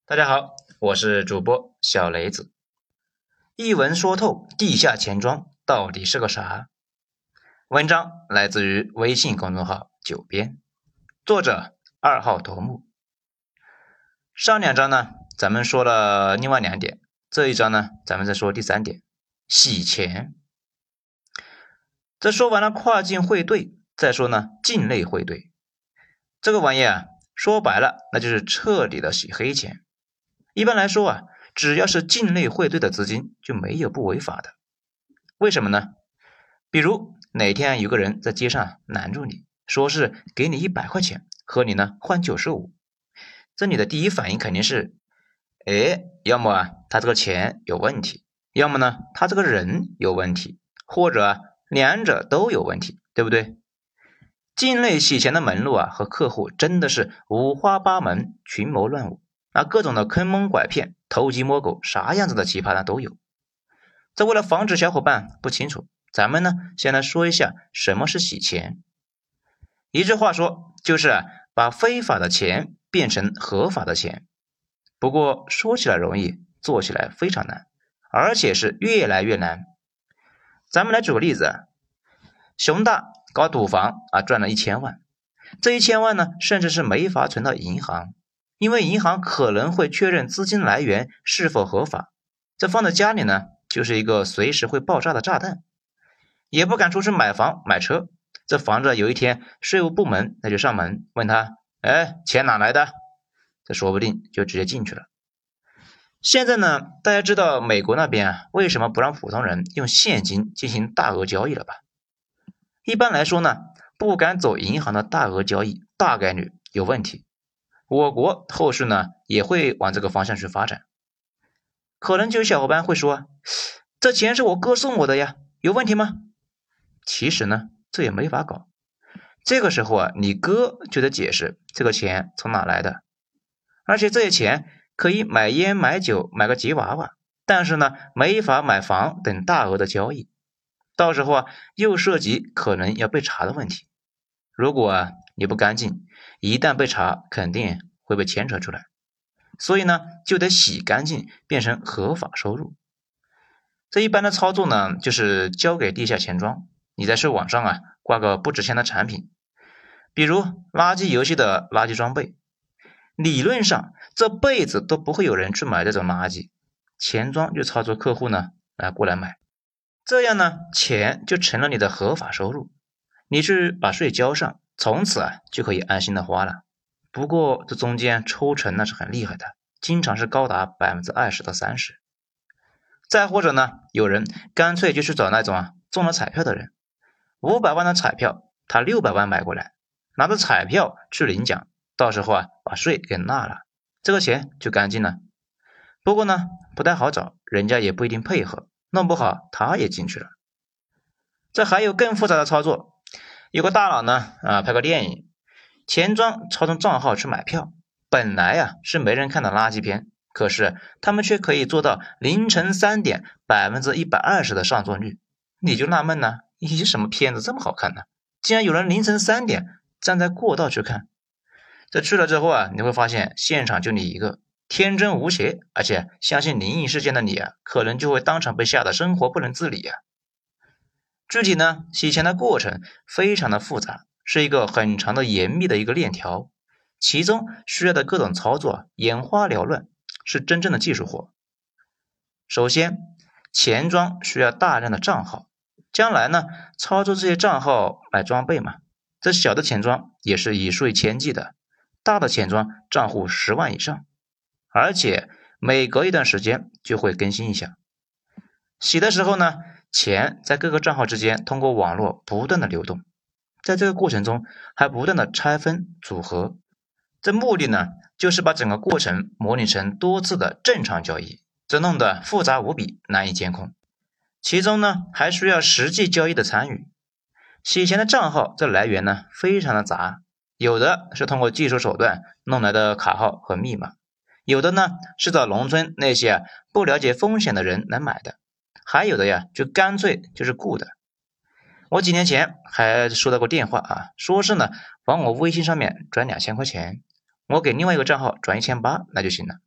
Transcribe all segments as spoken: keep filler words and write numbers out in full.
大家好，我是主播小雷子。一文说透地下钱庄到底是个啥？文章来自于微信公众号九编，作者二号头目。上两章呢，咱们说了另外两点，这一章呢，咱们再说第三点，洗钱。这说完了跨境汇兑，再说呢境内汇兑。这个玩意啊，说白了，那就是彻底的洗黑钱。一般来说啊，只要是境内汇兑的资金就没有不违法的。为什么呢？比如哪天有个人在街上拦住你，说是给你一百块钱，和你呢换九十五，这你的第一反应肯定是，诶，要么啊他这个钱有问题，要么呢他这个人有问题，或者啊两者都有问题，对不对？境内洗钱的门路啊和客户真的是五花八门，群魔乱舞。啊，各种的坑蒙拐骗、偷鸡摸狗，啥样子的奇葩呢都有。这为了防止小伙伴不清楚，咱们呢先来说一下什么是洗钱。一句话说，就是啊把非法的钱变成合法的钱。不过说起来容易，做起来非常难，而且是越来越难。咱们来举个例子啊，熊大搞赌房啊赚了一千万，这一千万呢甚至是没法存到银行。因为银行可能会确认资金来源是否合法，这放在家里呢，就是一个随时会爆炸的炸弹，也不敢出去买房买车，这防着有一天税务部门那就上门问他，哎，钱哪来的？这说不定就直接进去了。现在呢，大家知道美国那边啊，为什么不让普通人用现金进行大额交易了吧？一般来说呢，不敢走银行的大额交易，大概率有问题。我国后续呢也会往这个方向去发展。可能就有小伙伴会说，这钱是我哥送我的呀，有问题吗？其实呢这也没法搞。这个时候啊，你哥就得解释这个钱从哪来的，而且这些钱可以买烟买酒买个吉娃娃，但是呢没法买房等大额的交易，到时候啊又涉及可能要被查的问题。如果啊你不干净，一旦被查肯定会被牵扯出来，所以呢就得洗干净，变成合法收入。这一般的操作呢就是交给地下钱庄，你再去网上啊挂个不值钱的产品，比如垃圾游戏的垃圾装备，理论上这辈子都不会有人去买这种垃圾，钱庄就操作客户呢来过来买，这样呢钱就成了你的合法收入，你去把税交上，从此啊就可以安心的花了。不过这中间抽成那是很厉害的，经常是高达 百分之二十 到 百分之三十。 再或者呢，有人干脆就去找那种啊中了彩票的人，五百万的彩票他六百万买过来，拿着彩票去领奖，到时候啊把税给纳了，这个钱就干净了。不过呢不太好找，人家也不一定配合，弄不好他也进去了。这还有更复杂的操作，有个大佬呢啊拍个电影，钱庄操纵账号去买票，本来啊是没人看的垃圾片，可是他们却可以做到凌晨三点 百分之一百二十 的上座率。你就纳闷呢，咦，什么片子这么好看呢？竟然有人凌晨三点站在过道去看。这去了之后啊，你会发现现场就你一个，天真无邪，而且相信灵异事件的你啊，可能就会当场被吓得生活不能自理啊。具体呢，洗钱的过程非常的复杂，是一个很长的严密的一个链条，其中需要的各种操作眼花缭乱，是真正的技术活。首先，钱庄需要大量的账号，将来呢操作这些账号买装备嘛。这小的钱庄也是以数以千计的，大的钱庄账户十万以上，而且每隔一段时间就会更新一下。洗的时候呢，钱在各个账号之间通过网络不断的流动，在这个过程中还不断的拆分组合，这目的呢就是把整个过程模拟成多次的正常交易，这弄得复杂无比，难以监控。其中呢还需要实际交易的参与。洗钱的账号这来源呢非常的杂，有的是通过技术手段弄来的卡号和密码，有的呢是找农村那些啊不了解风险的人来买的，还有的呀就干脆就是雇的。我几年前还收到过电话啊，说是呢往我微信上面转两千块钱，我给另外一个账号转一千八那就行了。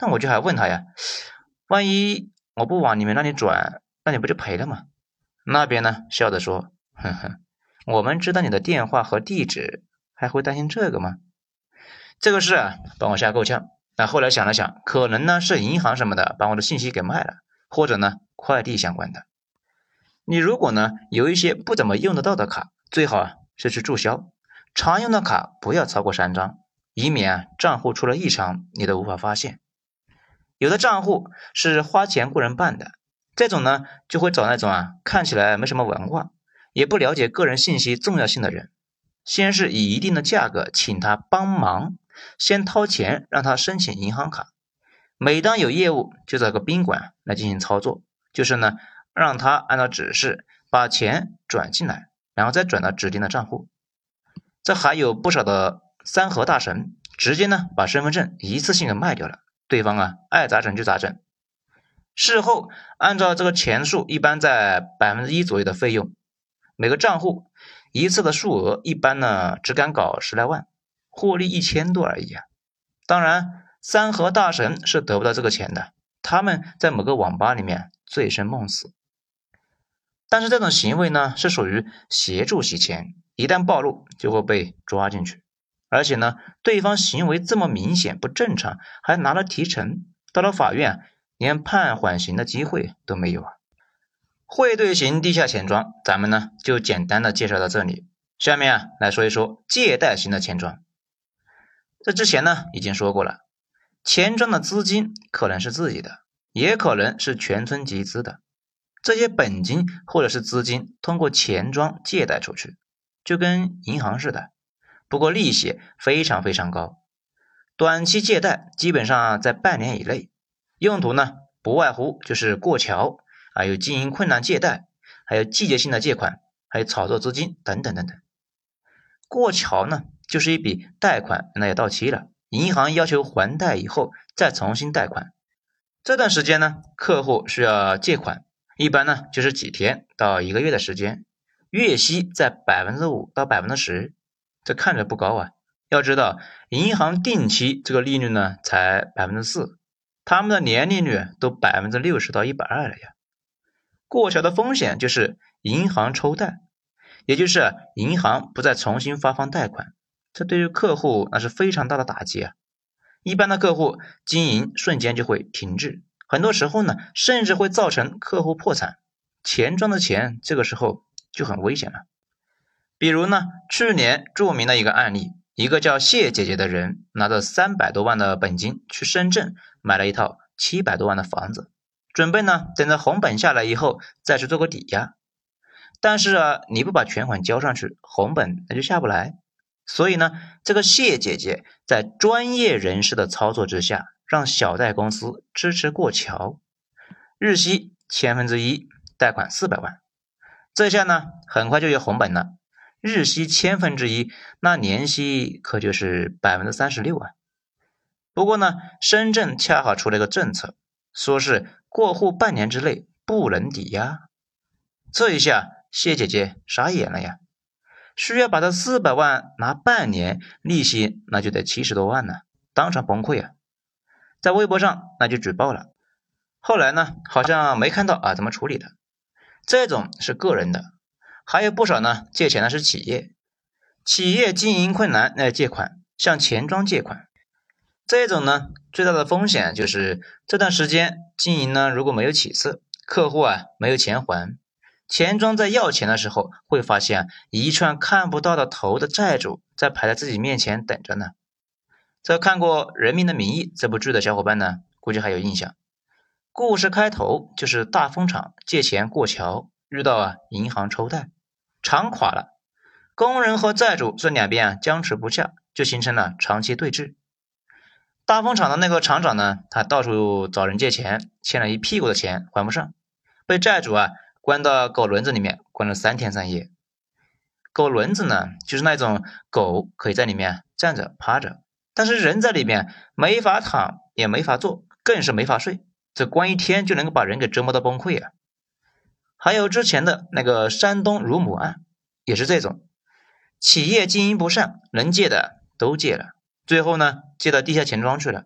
那我就还问他呀，万一我不往你们那里转，那你不就赔了吗？那边呢笑着说，哼哼，我们知道你的电话和地址，还会担心这个吗？这个事啊，帮我吓够呛。那后来想了想，可能呢是银行什么的把我的信息给卖了，或者呢快递相关的。你如果呢有一些不怎么用得到的卡，最好啊是去注销，常用的卡不要超过三张，以免啊账户出了异常你都无法发现。有的账户是花钱雇人办的，这种呢就会找那种啊看起来没什么文化，也不了解个人信息重要性的人，先是以一定的价格请他帮忙，先掏钱让他申请银行卡，每当有业务就找个宾馆来进行操作，就是呢让他按照指示把钱转进来，然后再转到指定的账户。这还有不少的三和大神直接呢把身份证一次性给卖掉了，对方啊爱咋整就咋整。事后按照这个钱数一般在 百分之一 左右的费用，每个账户一次的数额一般呢只敢搞十来万，获利一千多而已啊。当然三和大神是得不到这个钱的，他们在某个网吧里面醉生梦死。但是这种行为呢是属于协助洗钱，一旦暴露就会被抓进去，而且呢对方行为这么明显不正常，还拿了提成，到了法院连判缓刑的机会都没有啊。汇兑型地下钱庄咱们呢就简单的介绍到这里，下面啊来说一说借贷型的钱庄。这之前呢已经说过了，钱庄的资金可能是自己的，也可能是全村集资的，这些本金或者是资金通过钱庄借贷出去，就跟银行似的，不过利息非常非常高。短期借贷基本上在半年以内，用途呢不外乎就是过桥，还有经营困难借贷，还有季节性的借款，还有炒作资金等等等等。过桥呢就是一笔贷款那也到期了，银行要求还贷以后再重新贷款，这段时间呢客户需要借款，一般呢就是几天到一个月的时间，月息在 百分之五 到 百分之十， 这看着不高啊。要知道银行定期这个利率呢才 百分之四， 他们的年利率都 百分之六十 到一百二十 了呀。过桥的风险就是银行抽贷，也就是银行不再重新发放贷款，这对于客户那是非常大的打击啊。一般的客户经营瞬间就会停滞，很多时候呢甚至会造成客户破产，钱庄的钱这个时候就很危险了。比如呢去年著名的一个案例，一个叫谢姐姐的人拿着三百多万的本金去深圳买了一套七百多万的房子，准备呢等着红本下来以后再去做个抵押，但是啊你不把全款交上去，红本那就下不来。所以呢这个谢姐姐在专业人士的操作之下，让小贷公司支持过桥，日息千分之一，贷款四百万，这下呢很快就有红本了，日息千分之一，那年息可就是 百分之三十六 啊。不过呢深圳恰好出了一个政策，说是过户半年之内不能抵押，这一下谢姐姐傻眼了呀，需要把这四百万拿半年，利息那就得七十多万呢，当场崩溃啊。在微博上那就举报了，后来呢好像没看到啊怎么处理的。这种是个人的，还有不少呢借钱的是企业，企业经营困难那借款，向钱庄借款，这种呢最大的风险就是这段时间经营呢如果没有起色，客户啊没有钱还，钱庄在要钱的时候会发现一串看不到的头的债主在排在自己面前等着呢。这看过《人民的名义》这部剧的小伙伴呢估计还有印象，故事开头就是大风厂借钱过桥，遇到啊银行抽贷，厂垮了，工人和债主这两边啊僵持不下，就形成了长期对峙。大风厂的那个厂长呢，他到处找人借钱，欠了一屁股的钱还不上，被债主啊关到狗轮子里面，关了三天三夜。狗轮子呢就是那种狗可以在里面站着趴着，但是人在里面没法躺也没法坐，更是没法睡，这关一天就能够把人给折磨到崩溃啊。还有之前的那个山东乳母案也是这种，企业经营不善，能借的都借了，最后呢借到地下钱庄去了，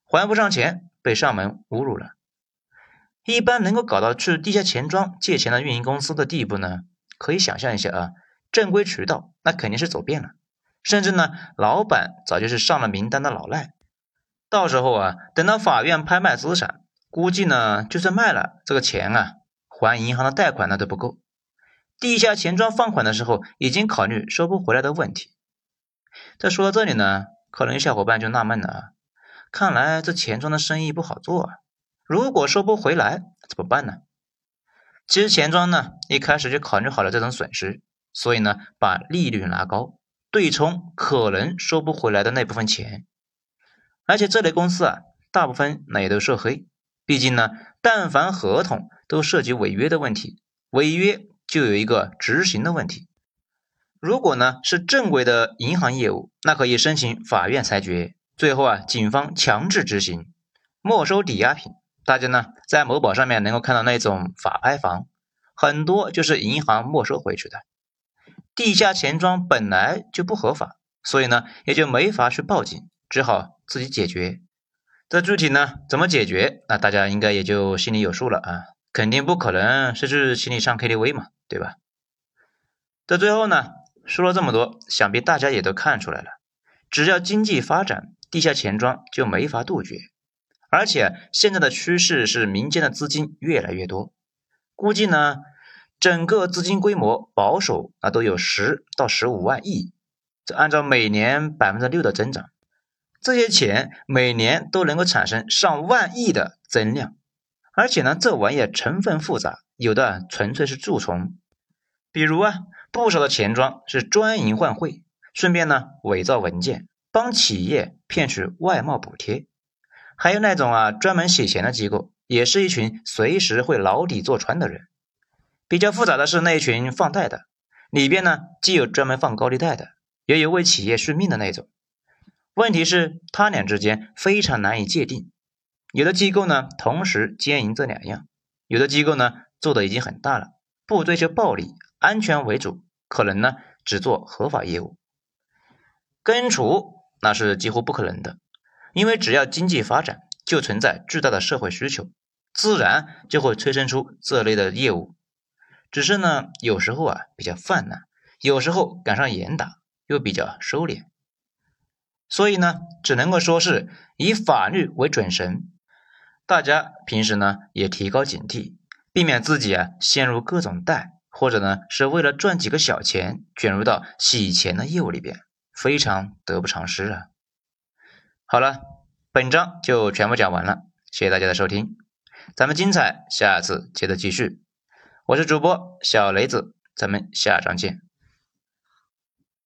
还不上钱，被上门侮辱了。一般能够搞到去地下钱庄借钱的运营公司的地步呢，可以想象一下啊，正规渠道那肯定是走遍了，甚至呢，老板早就是上了名单的老赖。到时候啊，等到法院拍卖资产，估计呢，就算卖了，这个钱啊，还银行的贷款那都不够。地下钱庄放款的时候，已经考虑收不回来的问题。这说到这里呢，可能有小伙伴就纳闷了啊，看来这钱庄的生意不好做啊，如果收不回来怎么办呢？其实钱庄呢，一开始就考虑好了这种损失，所以呢，把利率拉高，对冲可能收不回来的那部分钱。而且这类公司啊，大部分那也都涉黑，毕竟呢，但凡合同都涉及违约的问题，违约就有一个执行的问题。如果呢是正规的银行业务，那可以申请法院裁决，最后啊，警方强制执行，没收抵押品。大家呢在某宝上面能够看到那种法拍房，很多就是银行没收回去的。地下钱庄本来就不合法，所以呢也就没法去报警，只好自己解决。这具体呢怎么解决，那大家应该也就心里有数了啊，肯定不可能是去请你上 K T V 嘛，对吧？到最后呢，说了这么多，想必大家也都看出来了，只要经济发展，地下钱庄就没法杜绝。而且现在的趋势是民间的资金越来越多，估计呢整个资金规模保守啊都有十到十五万亿，这按照每年 百分之六 的增长，这些钱每年都能够产生上万亿的增量。而且呢这玩意成分复杂，有的纯粹是蛀虫。比如啊，不少的钱庄是专营换汇，顺便呢伪造文件，帮企业骗取外贸补贴。还有那种啊专门洗钱的机构，也是一群随时会牢底坐穿的人。比较复杂的是那一群放贷的，里边呢既有专门放高利贷的，也有为企业续命的那种。问题是他俩之间非常难以界定，有的机构呢同时兼营这两样，有的机构呢做的已经很大了，不追求暴利，安全为主，可能呢只做合法业务。根除那是几乎不可能的，因为只要经济发展，就存在巨大的社会需求，自然就会催生出这类的业务。只是呢有时候啊比较泛滥，有时候赶上严打又比较收敛，所以呢只能够说是以法律为准绳。大家平时呢也提高警惕，避免自己啊陷入各种贷，或者呢是为了赚几个小钱卷入到洗钱的业务里边，非常得不偿失啊。好了，本章就全部讲完了，谢谢大家的收听，咱们精彩下次接着继续。我是主播小雷子，咱们下章见。